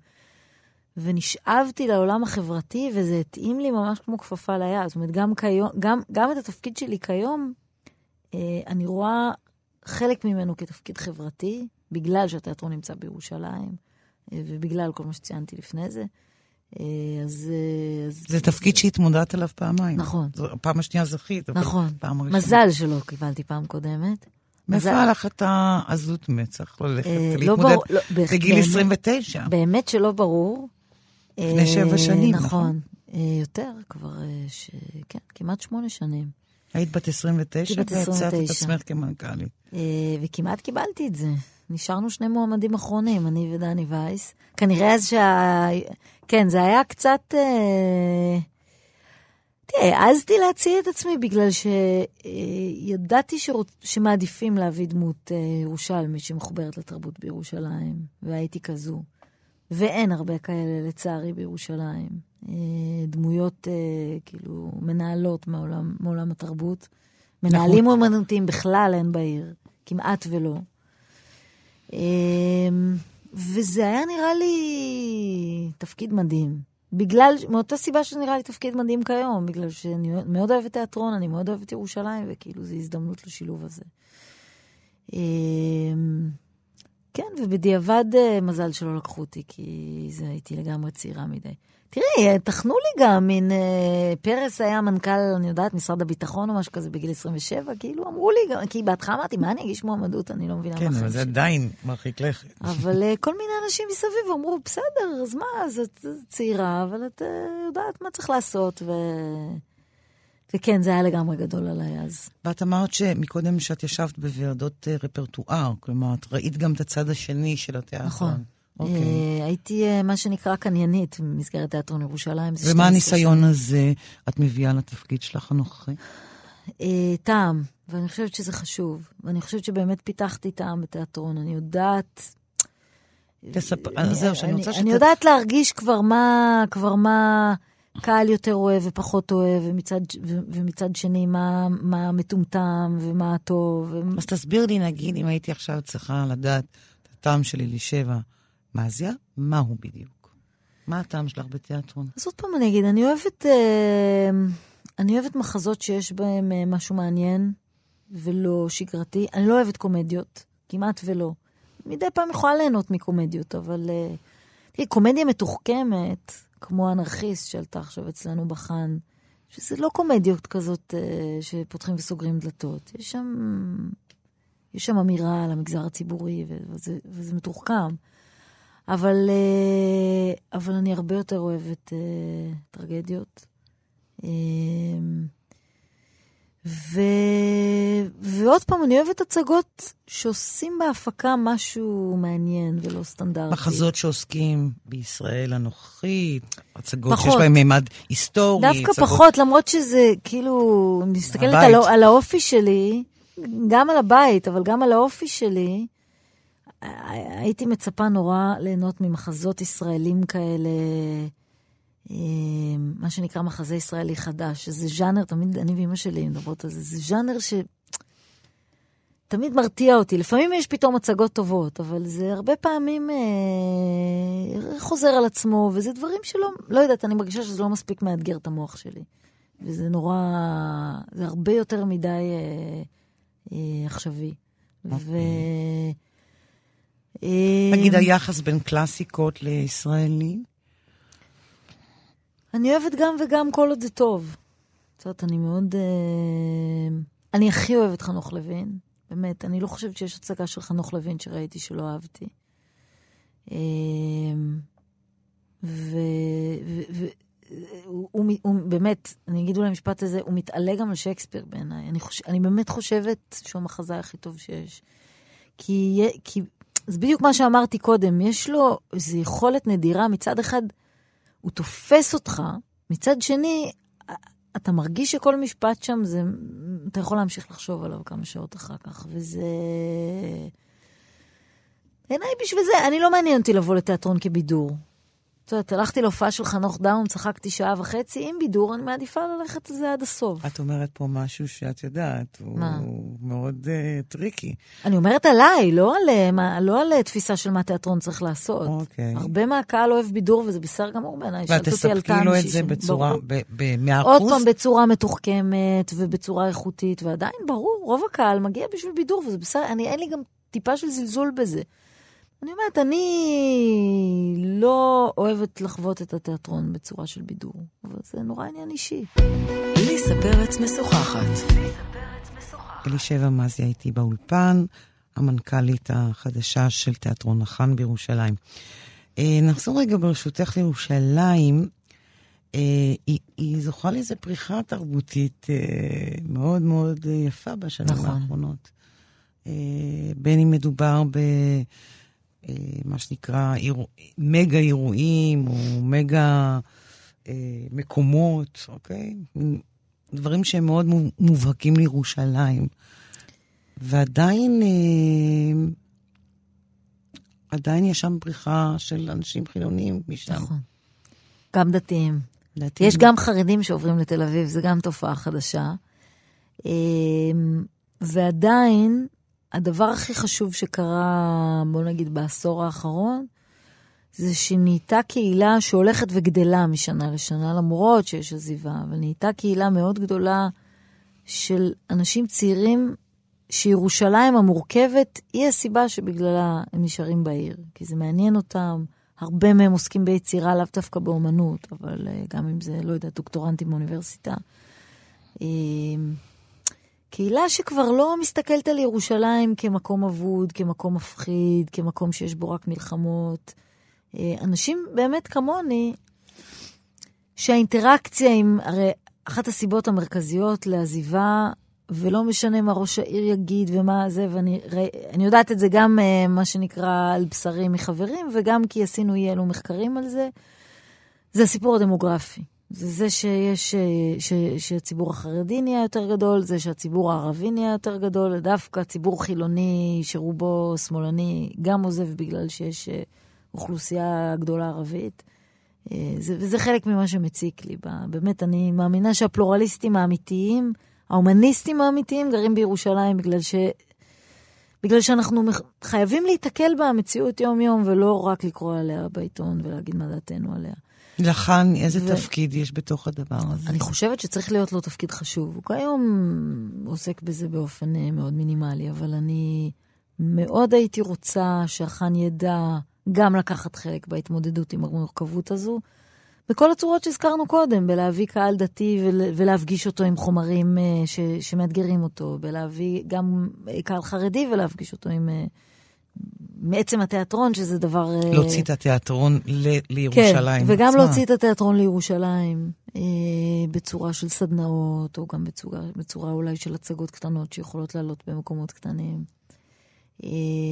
ונשאבתי לעולם החברתי, וזה התאים לי ממש כמו כפפה ליד. זאת אומרת, גם, כיום, גם, גם את התפקיד שלי כיום, אה, אני רואה חלק ממנו כתפקיד חברתי, בגלל שהתיאטרון נמצא בירושלים, ובגלל כל מה שציינתי לפני זה. אז... זה תפקיד שהתמודדת עליו פעמיים. נכון. פעם השנייה זכית. נכון. מזל שלא קיבלתי פעם קודמת. מאיפה לך את העזות מצח? לא ללכת להתמודד בגיל עשרים ותשע. באמת שלא ברור. לפני שבע שנים, נכון. יותר, כבר, כן, כמעט שמונה שנים. היית בת עשרים ותשע והצעת את עצמך כמנכ"לית. וכמעט קיבלתי את זה. נשארנו שני מועמדים אחרונים, אני ודני וייס. כנראה אז שה... כן, זה היה קצת... תראה, העזתי להציע את עצמי בגלל שידעתי שרוצ... שמעדיפים להביא דמות ירושלמית שמחוברת לתרבות בירושלים, והייתי כזו. ואין הרבה כאלה לצערי בירושלים. דמויות כאילו מנהלות מעולם, מעולם התרבות. מנהלים אומנותיים בכלל אין בעיר, כמעט ולא. וזה היה נראה לי תפקיד מדהים. בגלל, מאותה סיבה שזה נראה לי תפקיד מדהים כיום, בגלל שאני מאוד אוהבת תיאטרון, אני מאוד אוהבת ירושלים, וכאילו זו הזדמנות לשילוב הזה. כן, ובדיעבד מזל שלא לקחו אותי, כי זה הייתי לגמרי צעירה מדי. תראי, תכנו לי גם, מין פרס היה מנכ"ל, אני יודעת, משרד הביטחון או משהו כזה בגיל עשרים ושבע, כאילו אמרו לי, כי בהתחלה אמרתי, מה אני אגיש מועמדות, אני לא מבינה מה כן, חיים אבל זה עדיין מרחיק לכת. אבל כל מיני אנשים מסביב אמרו, בסדר, אז מה, זאת צעירה, אבל את יודעת מה צריך לעשות, ו... וכן, זה היה לגמרי גדול עליי אז. ואת אמרת שמקודם שאת ישבת בוועדות רפרטואר, כלומר, את ראית גם את הצד השני של התיאטרון. נכון. Okay. הייתי מה שנקרא קניינית במסגרת תיאטרון ירושלים. ומה הניסיון הזה את מביאה לתפקיד שלך הנוכחי? טעם, ואני חושבת שזה חשוב. ואני חושבת שבאמת פיתחתי טעם בתיאטרון. אני יודעת... תספר, זהו, שאני רוצה שת... אני יודעת להרגיש כבר מה, כבר מה קהל יותר אוהב ופחות אוהב, ומצד, ומצד שני מה, מה מטומטם ומה טוב. אז תסביר לי, נגיד, אם הייתי עכשיו צריכה לדעת את הטעם של אלישבע, מזיה, מה הוא בדיוק? מה הטעם שלך בתיאטרון? אז עוד פעם אני אגיד, אני אוהבת, אה, אני אוהבת מחזות שיש בהם אה, משהו מעניין ולא שגרתי. אני לא אוהבת קומדיות, כמעט ולא. מדי פעם יכולה ליהנות מקומדיות, אבל אה, תראי, קומדיה מתוחכמת, כמו אנרכיסט שעלתה עכשיו אצלנו בחן, שזה לא קומדיות כזאת אה, שפותחים וסוגרים דלתות. יש שם, יש שם אמירה על המגזר הציבורי, וזה, וזה מתוחכם. אבל, אבל אני הרבה יותר אוהבת טרגדיות. ו... ועוד פעם, אני אוהבת הצגות שעושים בהפקה משהו מעניין ולא סטנדרטי. מחזות שעוסקים בישראל הנוכחית, הצגות פחות. שיש בהם מימד היסטורי. דווקא הצגות... פחות, למרות שזה כאילו, אני מסתכלת על, על האופי שלי, גם על הבית, אבל גם על האופי שלי, הייתי מצפה נורא ליהנות ממחזות ישראלים כאלה, מה שנקרא מחזה ישראלי חדש, שזה ז'אנר, תמיד אני ואמא שלי מדברות על זה, זה ז'אנר שתמיד מרתיע אותי. לפעמים יש פתאום הצגות טובות, אבל זה הרבה פעמים אה, חוזר על עצמו, וזה דברים שלא, לא יודעת, אני מרגישה שזה לא מספיק מאתגר את המוח שלי. וזה נורא, זה הרבה יותר מדי אה, אה, עכשווי. ו... נגיד היחס בין קלאסיקות לישראלים? אני אוהבת גם וגם כל עוד זה טוב. זאת אומרת, אני מאוד... אני הכי אוהבת חנוך לוין. באמת, אני לא חושבת שיש הצגה של חנוך לוין שראיתי שלא אהבתי. ו... הוא באמת, אני אגיד אולי המשפט הזה, הוא מתעלה גם על שייקספיר בעיניי. אני באמת חושבת שהוא המחזאי הכי טוב שיש. כי... זה בדיוק מה שאמרתי קודם, יש לו איזו יכולת נדירה, מצד אחד הוא תופס אותך, מצד שני, אתה מרגיש שכל משפט שם, זה, אתה יכול להמשיך לחשוב עליו כמה שעות אחר כך, וזה... עיניי בשביל זה, אני לא מעניין אותי לבוא לתיאטרון כבידור. זאת אומרת, הלכתי להופעה של חנוך דאום, צחקתי שעה וחצי, עם בידור, אני מעדיפה ללכת לזה עד הסוף. את אומרת פה משהו שאת יודעת, הוא מה? מאוד uh, טריקי. אני אומרת עליי, לא על, מה, לא על תפיסה של מה תיאטרון צריך לעשות. אוקיי. הרבה מהקהל אוהב בידור, וזה בסדר גמור בעיניי. ואת תספקי לו את זה בצורה, ב-מאה אחוז? עוד פעם, בצורה מתוחכמת, ובצורה איכותית, ועדיין ברור, רוב הקהל מגיע בשביל בידור, וזה בסדר, אני, אין לי גם טיפה של זלזול בזה. אני אומרת, אני לא אוהבת לחוות את התיאטרון בצורה של בידור, אבל זה נורא עניין אישי. ליסה פרץ משוחחת. אלישבע מזיה איתי באולפן, המנכ"לית החדשה של תיאטרון החאן בירושלים. נחזור רגע ברשותך לירושלים, היא, היא זוכה לאיזו פריחה תרבותית מאוד מאוד יפה בשנים נכון. האחרונות. בין אם מדובר ב... מה שנקרא מגה אירועים או מגה מקומות, אוקיי? דברים שהם מאוד מובהקים לירושלים. ועדיין עדיין יש שם פריחה של אנשים חילונים משם. נכון. גם דתיים. דתיים. יש גם חרדים שעוברים לתל אביב, זה גם תופעה חדשה. ועדיין הדבר הכי חשוב שקרה, בוא נגיד, בעשור האחרון, זה שנהייתה קהילה שהולכת וגדלה משנה לשנה, למרות שיש עזיבה, אבל נהייתה קהילה מאוד גדולה של אנשים צעירים שירושלים המורכבת היא הסיבה שבגללה הם נשארים בעיר. כי זה מעניין אותם, הרבה מהם עוסקים ביצירה, לאו דווקא באומנות, אבל גם אם זה, לא יודע, דוקטורנטים באוניברסיטה. קהילה שכבר לא מסתכלת על ירושלים כמקום אבוד, כמקום מפחיד, כמקום שיש בו רק מלחמות. אנשים באמת כמוני, שהאינטראקציה עם, הרי אחת הסיבות המרכזיות לעזיבה, ולא משנה מה ראש העיר יגיד ומה זה, ואני אני יודעת את זה גם מה שנקרא על בשרי מחברים, וגם כי עשינו אי אלו מחקרים על זה, זה הסיפור הדמוגרפי. זה זה שיש, ש, שהציבור החרדי נהיה יותר גדול, זה שהציבור הערבי נהיה יותר גדול, דווקא הציבור חילוני שרובו שמאלני גם עוזב בגלל שיש אוכלוסייה גדולה ערבית. זה, וזה חלק ממה שמציק לי. באמת, אני מאמינה שהפלורליסטים האמיתיים, ההומניסטים האמיתיים גרים בירושלים בגלל ש... בגלל שאנחנו חייבים להתקל במציאות יום יום, ולא רק לקרוא עליה בעיתון ולהגיד מה דעתנו עליה. לכן, איזה ו... תפקיד יש בתוך הדבר הזה? אני חושבת שצריך להיות לו תפקיד חשוב. הוא כיום עוסק בזה באופן מאוד מינימלי, אבל אני מאוד הייתי רוצה שהחן ידע גם לקחת חלק בהתמודדות עם המורכבות הזו, בכל הצורות שהזכרנו קודם, בלהביא קהל דתי ולהפגיש אותו עם חומרים ש... שמאתגרים אותו, בלהביא גם קהל חרדי ולהפגיש אותו עם... מעצם התיאטרון, שזה דבר... להוציא את התיאטרון ל... לירושלים. כן, וגם עצמה. להוציא את התיאטרון לירושלים, אה, בצורה של סדנאות, או גם בצורה, בצורה אולי של הצגות קטנות, שיכולות לעלות במקומות קטנים. אה,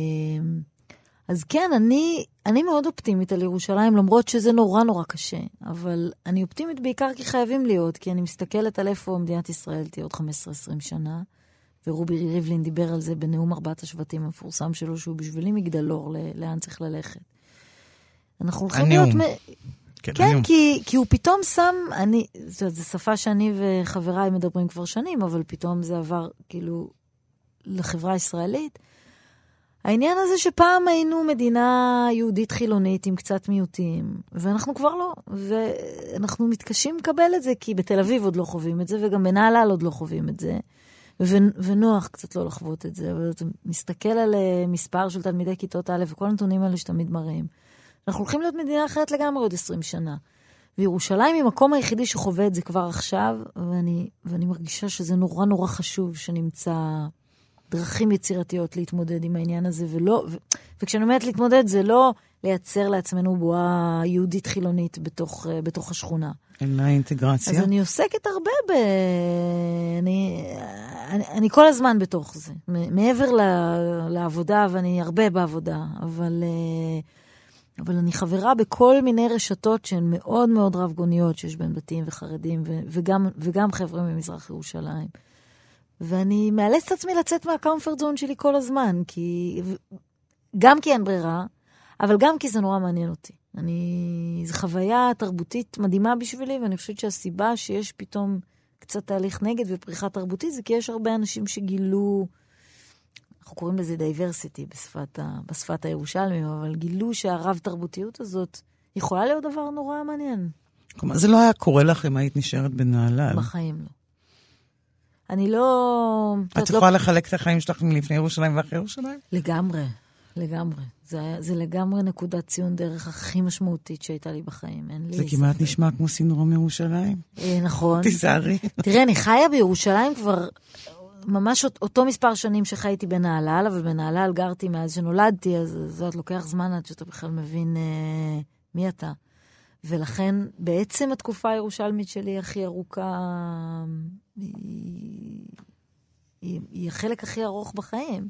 אז כן, אני, אני מאוד אופטימית על ירושלים, למרות שזה נורא נורא קשה, אבל אני אופטימית בעיקר כי חייבים להיות, כי אני מסתכלת על איפה מדינת ישראל תהיה עוד חמש עשרה עשרים שנה, ורובי ריבלין דיבר על זה בנאום ארבעת השבטים המפורסם שלו, שהוא בשבילי מגדלור לאן צריך ללכת. אנחנו הולכים להיות... מ... כן, כן כי, כי הוא פתאום שם, אני, זו, זו שפה שאני וחבריי מדברים כבר שנים, אבל פתאום זה עבר כאילו לחברה הישראלית. העניין הזה שפעם היינו מדינה יהודית חילונית עם קצת מיעוטים, ואנחנו כבר לא, ואנחנו מתקשים לקבל את זה, כי בתל אביב עוד לא חווים את זה, וגם בנהלל עוד לא חווים את זה. ונוח קצת לא לחוות את זה, אבל אתה מסתכל על מספר של תלמידי כיתות א' וכל הנתונים האלה שתמיד מראים. אנחנו הולכים להיות מדינה אחרת לגמרי עוד עשרים שנה. וירושלים היא מקום היחידי שחווה את זה כבר עכשיו, ואני, ואני מרגישה שזה נורא נורא חשוב שנמצא דרכים יצירתיות להתמודד עם העניין הזה, ולא, ו, וכשאני אומרת להתמודד זה לא לייצר לעצמנו בועה יהודית חילונית בתוך, בתוך השכונה. אלא אינטגרציה. אז אני עוסקת הרבה ב... אני, אני, אני כל הזמן בתוך זה. מעבר ל, לעבודה, ואני הרבה בעבודה, אבל, אבל אני חברה בכל מיני רשתות שהן מאוד מאוד רב גוניות, שיש בין דתיים וחרדים, ו, וגם, וגם חבר'ה ממזרח ירושלים. ואני מאלצת עצמי לצאת מהקומפורט זון שלי כל הזמן, כי... גם כי אין ברירה, אבל גם כי זה נורא מעניין אותי. אני... זו חוויה תרבותית מדהימה בשבילי, ואני חושבת שהסיבה שיש פתאום קצת תהליך נגד ופריחה תרבותית, זה כי יש הרבה אנשים שגילו, אנחנו קוראים לזה דייברסיטי בשפת, ה... בשפת הירושלמים, אבל גילו שהרב תרבותיות הזאת יכולה להיות דבר נורא מעניין. כלומר, זה לא היה קורה לך אם היית נשארת בנהלל? בחיים לא. אני לא... את יכולה לחלק את החיים שלך מלפני ירושלים ואחרי ירושלים? לגמרי, לגמרי. זה, זה לגמרי נקודת ציון דרך הכי משמעותית שהייתה לי בחיים. זה כמעט נשמע כמו סינדרום ירושלים. נכון. תיזהרי. תראה, אני חיה בירושלים כבר ממש אותו מספר שנים שחייתי בנהלל, אבל בנהלל גרתי מאז שנולדתי, אז זאת לוקח זמן עד שאתה בכלל מבין אה, מי אתה. ולכן בעצם התקופה הירושלמית שלי הכי ארוכה, היא, היא, היא החלק הכי ארוך בחיים.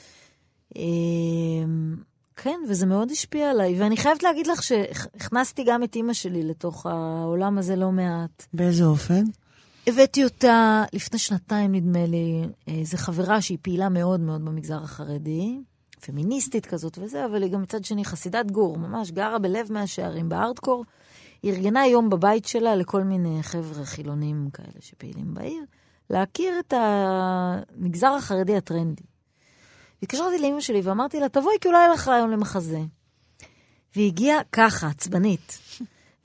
כן, וזה מאוד השפיע עליי, ואני חייבת להגיד לך שהכנסתי גם את אמא שלי לתוך העולם הזה לא מעט. באיזה אופן? הבאתי אותה לפני שנתיים נדמה לי, זו חברה שהיא פעילה מאוד מאוד במגזר החרדי, פמיניסטית כזאת וזה, אבל היא גם מצד שני חסידת גור, ממש גרה בלב מהשערים בארדקור, היא ארגנה היום בבית שלה לכל מיני חבר'ה חילונים כאלה שפעילים בעיר, להכיר את המגזר החרדי הטרנדי. והתקשרתי לאמא שלי ואמרתי לה, תבואי כי אולי לך רעיון למחזה. והיא הגיעה ככה, עצבנית.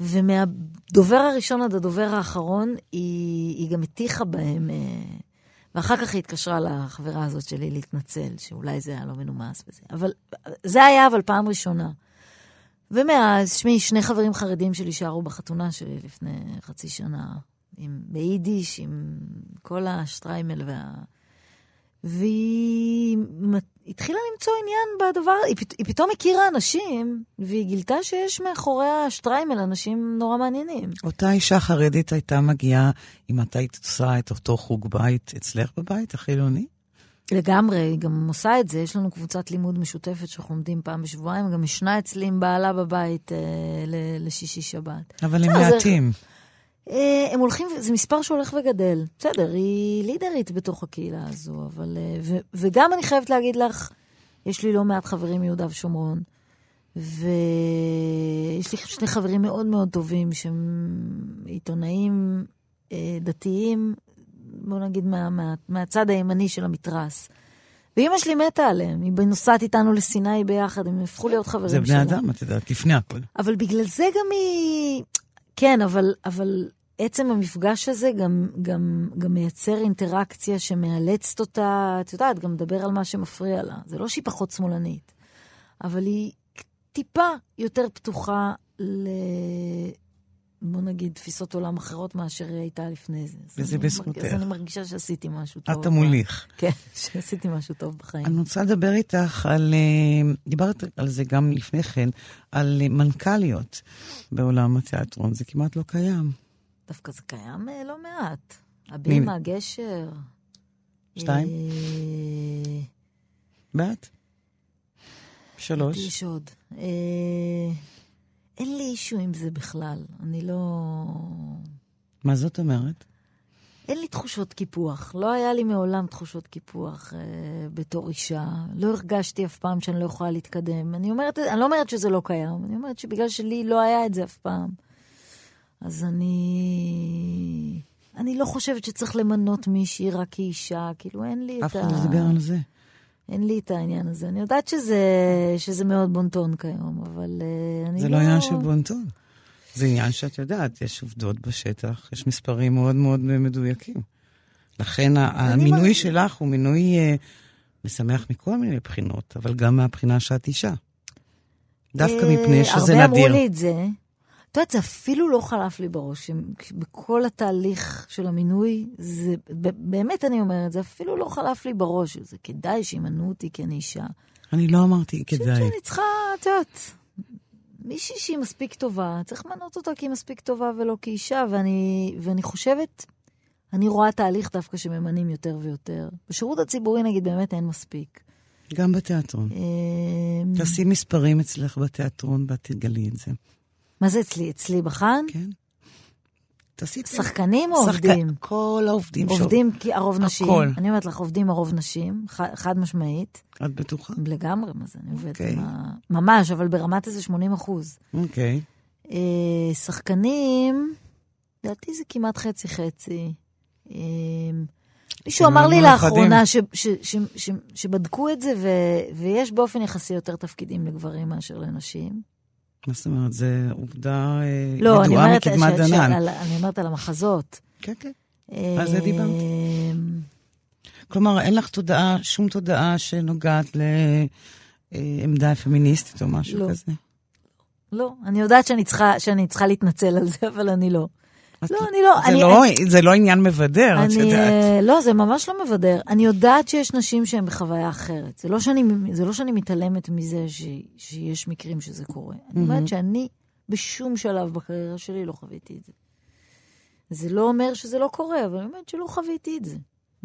ומהדובר הראשון עד הדובר האחרון, היא, היא גם התיחה בהם. ואחר כך היא התקשרה לחברה הזאת שלי להתנצל, שאולי זה היה לא מנומס וזה. אבל זה היה אבל פעם ראשונה. ומאז, שמי, שני חברים חרדים שלי שערו בחתונה שלי לפני חצי שנה, עם ביידיש, עם כל השטריימל וה... והיא התחילה למצוא עניין בדבר, היא, פת... היא פתאום הכירה אנשים, והיא גילתה שיש מאחורי השטריימל אנשים נורא מעניינים. אותה אישה חרדית הייתה מגיעה, אם אתה היית עושה את אותו חוג בית אצלך בבית, החילוני? לגמרי, היא גם עושה את זה, יש לנו קבוצת לימוד משותפת שאנחנו עומדים פעם בשבועיים, גם ישנה אצלי עם בעלה בבית אה, לשישי שבת. אבל הם מעטים. אה, הם הולכים, זה מספר שהולך וגדל. בסדר, היא לידרית בתוך הקהילה הזו, אבל... אה, ו, וגם אני חייבת להגיד לך, יש לי לא מעט חברים מיהודה ושומרון, ויש לי שני חברים מאוד מאוד טובים, שהם עיתונאים אה, דתיים, בוא נגיד, מה, מה, מהצד הימני של המתרס. ואמא שלי מתה עליהם, היא נוסעת איתנו לסיני ביחד, הם הפכו להיות חברים שלה. זה בני אדם, את יודעת, לפני הכל. אבל בגלל זה גם היא... כן, אבל, אבל עצם המפגש הזה גם, גם, גם מייצר אינטראקציה שמאלצת אותה, את יודעת, גם מדבר על מה שמפריע לה. זה לא שהיא פחות שמאלנית, אבל היא טיפה יותר פתוחה ל... בוא נגיד, תפיסות עולם אחרות מאשר היא הייתה לפני זה. וזה בזכותך. אז אני מרגישה שעשיתי משהו טוב. אתה מוליך. כן, שעשיתי משהו טוב בחיים. אני רוצה לדבר איתך על, דיברת על זה גם לפני כן, על מנכ"ליות בעולם התיאטרון. זה כמעט לא קיים. דווקא זה קיים לא מעט. הבימה, גשר. שתיים? באת? שלוש? יש עוד. אין לי אישו עם זה בכלל. אני לא... מה זאת אומרת? אין לי תחושות קיפוח. לא היה לי מעולם תחושות קיפוח אה, בתור אישה. לא הרגשתי אף פעם שאני לא יכולה להתקדם. אני אומרת, אני לא אומרת שזה לא קיים. אני אומרת שבגלל שלי לא היה את זה אף פעם. אז אני... אני לא חושבת שצריך למנות מישהי רק כאישה. כאילו אין לי את ה... אף אחד לא דיבר על זה. אין לי את העניין הזה. אני יודעת שזה, שזה מאוד בונטון כיום, אבל uh, אני זה לא... זה לא עניין של בונטון. זה עניין שאת יודעת, יש עובדות בשטח, יש מספרים מאוד מאוד מדויקים. לכן המינוי מרגיש... שלך הוא מינוי uh, משמח מכל מיני בחינות, אבל גם מהבחינה שאת אישה. דווקא uh, מפני שזה נדיר. הרבה אמרו לי את זה. את יודעת, זה אפילו לא חלף לי בראש. בכל התהליך של המינוי, זה, באמת אני אומרת, זה אפילו לא חלף לי בראש. זה כדאי שימנו אותי כאישה. אני לא אמרתי כדאי. שאני צריכה, את יודעת, מישהי שהיא מספיק טובה, צריך למנות אותה כי היא מספיק טובה ולא כאישה, ואני, ואני חושבת, אני רואה תהליך דווקא שממנים יותר ויותר. בשירות הציבורי, נגיד, באמת אין מספיק. גם בתיאטרון. תעשי מספרים אצלך בתיאטרון, בתגלי את זה. מה זה אצלי? אצלי בחן? כן. שחקנים או עובדים? כל העובדים. עובדים כי הרוב נשים. אני אומרת לך, עובדים הרוב נשים, חד משמעית. את בטוחה? לגמרי, מה זה? אני עובדת ממש, אבל ברמת איזה שמונים אחוז. אוקיי. שחקנים, לדעתי זה כמעט חצי חצי. מישהו אמר לי לאחרונה שבדקו את זה, ויש באופן יחסי יותר תפקידים לגברים מאשר לנשים. מה זאת אומרת? זה עובדה ידועה מקדמת דנן. אני אומרת על המחזות. כן, כן. על זה דיברת. כלומר, אין לך תודעה, שום תודעה שנוגעת לעמדה פמיניסטית או משהו כזה? לא. אני יודעת שאני צריכה להתנצל על זה, אבל אני לא. לא, אני לא. זה לא עניין מבדר, את יודעת. לא, זה ממש לא מבדר. אני יודעת שיש נשים שהן בחוויה אחרת. זה לא שאני, זה לא שאני מתעלמת מזה שיש מקרים שזה קורה. אני אומרת שאני בשום שלב בקריירה שלי לא חוויתי את זה. זה לא אומר שזה לא קורה, אבל אני אומרת שלא חוויתי את זה.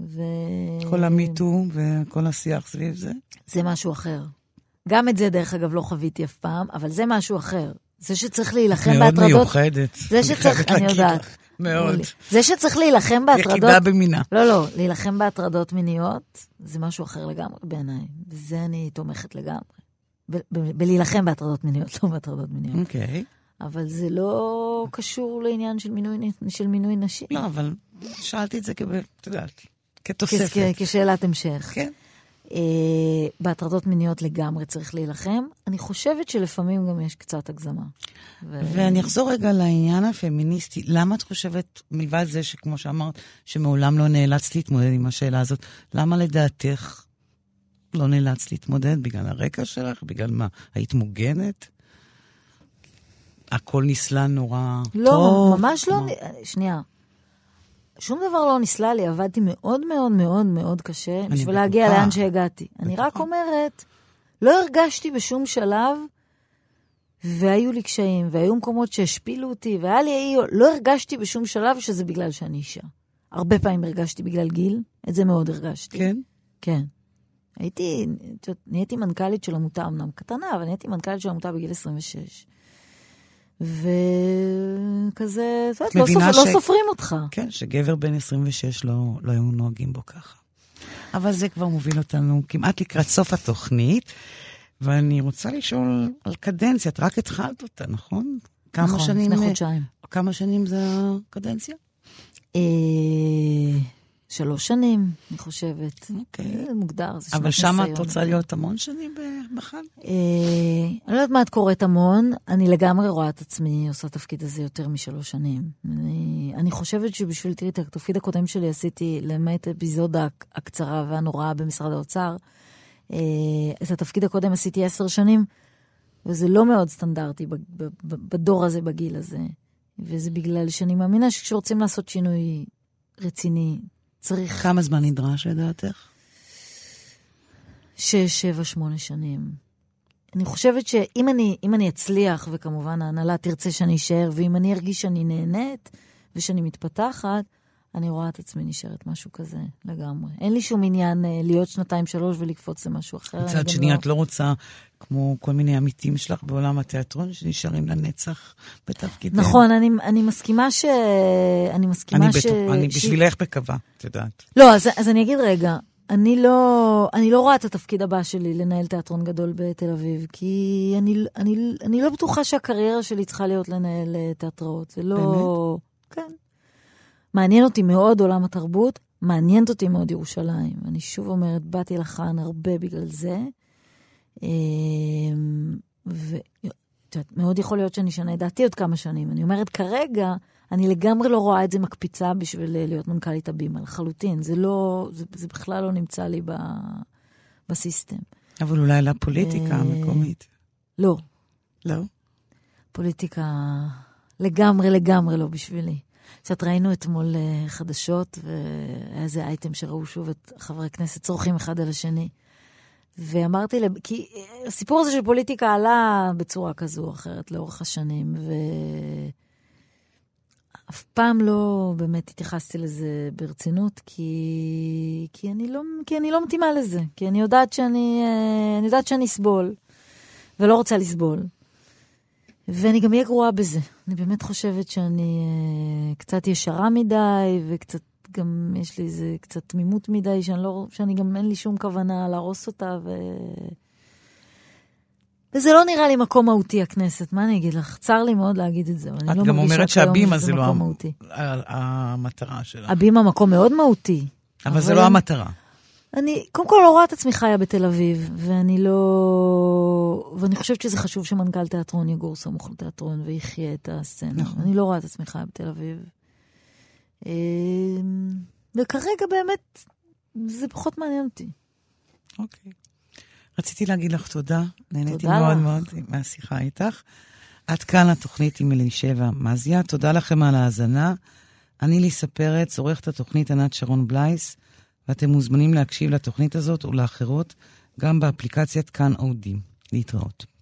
כל המיטו וכל השיח סביב זה? זה משהו אחר. גם את זה, דרך אגב, לא חוויתי אף פעם, אבל זה משהו אחר. זה שצריך להילחם בהטרדות... מאוד מיוחדת. זה שצריך, אני יודעת. מאוד. זה שצריך להילחם בהטרדות... יחידה במינה. לא, לא, להילחם בהטרדות מיניות, זה משהו אחר לגמרי בעיניי. וזה אני תומכת לגמרי. בלהילחם בהטרדות מיניות, לא בהטרדות מיניות. אוקיי. אבל זה לא קשור לעניין של מינוי, של מינוי נשים. לא, אבל שאלתי את זה כב... את יודעת, כתוספת. כשאלת המשך. כן. בהטרדות מיניות לגמרי צריך להילחם. אני חושבת שלפעמים גם יש קצת הגזמה. ואני אחזור רגע לעניין הפמיניסטי. למה את חושבת, מלבד זה שכמו שאמרת, שמעולם לא נאלץ להתמודד עם השאלה הזאת, למה לדעתך לא נאלץ להתמודד? בגלל הרקע שלך? בגלל מה? היית מוגנת? הכל נסלן נורא לא, טוב? לא, ממש לא. שנייה. שום דבר לא נסלה לי, עבדתי מאוד מאוד מאוד מאוד קשה, בשביל להגיע לאן שהגעתי. אני רק אומרת, לא הרגשתי בשום שלב, והיו לי קשיים, והיו מקומות שהשפילו אותי, והיה לי, לא הרגשתי בשום שלב שזה בגלל שאני אישה. הרבה פעמים הרגשתי בגלל גיל, את זה מאוד הרגשתי. כן? כן. הייתי, נהייתי מנכ"לית של עמותה, אמנם קטנה, אבל נהייתי מנכ"לית של עמותה בגיל עשרים ושש. וכזה, לא, סופר, ש... לא סופרים אותך. כן, שגבר בן עשרים ושש לא, לא היו נוהגים בו ככה. אבל זה כבר מוביל אותנו כמעט לקראת סוף התוכנית, ואני רוצה לשאול על קדנציה, את רק התחלת אותה, נכון? כמה נכון, שנים, לפני חודשיים. כמה שנים זה הקדנציה? אה... שלוש שנים, אני חושבת. אוקיי. זה מוגדר, זה שנות אבל ניסיון. שמה את רוצה להיות המון שנים בחד? אה, אני לא יודעת מה את קוראת המון, אני לגמרי רואה את עצמי עושה תפקיד הזה יותר משלוש שנים. אני, אני חושבת שבשביל, תראי, את התפקיד הקודם שלי עשיתי למעט אפיזודה הקצרה והנוראה במשרד האוצר. אה, את התפקיד הקודם עשיתי עשר שנים, וזה לא מאוד סטנדרטי בדור הזה, בגיל הזה. וזה בגלל שאני מאמינה שכשרוצים לעשות שינוי רציני, צריך... כמה זמן נדרש לדעתך? שש, שבע, שמונה שנים. אני חושבת שאם אני, אם אני אצליח, וכמובן ההנהלה תרצה שאני אשאר, ואם אני ארגיש שאני נהנית, ושאני מתפתחת, אני רואה את עצמי נשארת משהו כזה לגמרי. אין לי שום עניין להיות שנתיים, שלוש, ולקפוץ למשהו אחר. מצד שני, לא... את לא רוצה, כמו כל מיני עמיתים שלך בעולם התיאטרון, שנשארים לנצח בתפקידים. נכון, אני, אני מסכימה ש... אני מסכימה אני ש... בטוח, אני ש... בשבילך מקווה, את יודעת. לא, אז, אז אני אגיד רגע, אני לא, אני לא רואה את התפקיד הבא שלי לנהל תיאטרון גדול בתל אביב, כי אני, אני, אני לא בטוחה שהקריירה שלי צריכה להיות לנהל תיאטראות. זה לא... באמת? כן. מעניין אותי מאוד עולם התרבות, מעניינת אותי מאוד ירושלים. אני שוב אומרת, באתי לכאן הרבה בגלל זה. ומאוד יכול להיות שאני שנה דעתי עוד כמה שנים. אני אומרת, כרגע, אני לגמרי לא רואה את זה מקפיצה בשביל להיות מנכ"לית הבימה, לחלוטין. זה לא, זה, זה בכלל לא נמצא לי ב, בסיסטם. אבל אולי לפוליטיקה המקומית. לא. לא? פוליטיקה לגמרי, לגמרי לא בשבילי. קצת ראינו אתמול חדשות, והיה איזה אייטם שראו שוב את חברי הכנסת צורכים אחד על השני. ואמרתי, לב... כי הסיפור הזה של פוליטיקה עלה בצורה כזו או אחרת לאורך השנים, ואף פעם לא באמת התייחסתי לזה ברצינות, כי, כי, אני, לא... כי אני לא מתאימה לזה, כי אני יודעת שאני, אני יודעת שאני אסבול, ולא רוצה לסבול. ואני גם אהיה גרועה בזה. אני באמת חושבת שאני uh, קצת ישרה מדי, וקצת גם יש לי איזה קצת תמימות מדי, שאני, לא, שאני גם אין לי שום כוונה להרוס אותה, ו... וזה לא נראה לי מקום מהותי, הכנסת. מה אני אגיד לך? צר לי מאוד להגיד את זה. את לא גם אומרת שהבימה זה לא המטרה שלה. הבימה מקום מאוד מהותי. אבל, אבל זה לא המטרה. אני, קודם כל, לא רואה את עצמי חיה בתל אביב, ואני לא... ואני חושבת שזה חשוב שמנכ"ל תיאטרון יגור סמוך לתיאטרון ויחיה את הסצנה. נכון. אני לא רואה את עצמי חיה בתל אביב. וכרגע באמת, זה פחות מעניין אותי. אוקיי. רציתי להגיד לך תודה. נהניתי מאוד מאוד מהשיחה איתך. עד כאן התוכנית עם אלישבע מזיה. תודה לכם על ההאזנה. אני ליסה פרץ, עורכת התוכנית ענת שרון בלייס, ואתם מוזמנים להקשיב לתוכנית הזאת ולאחרות, גם באפליקציית כאן אודי. להתראות.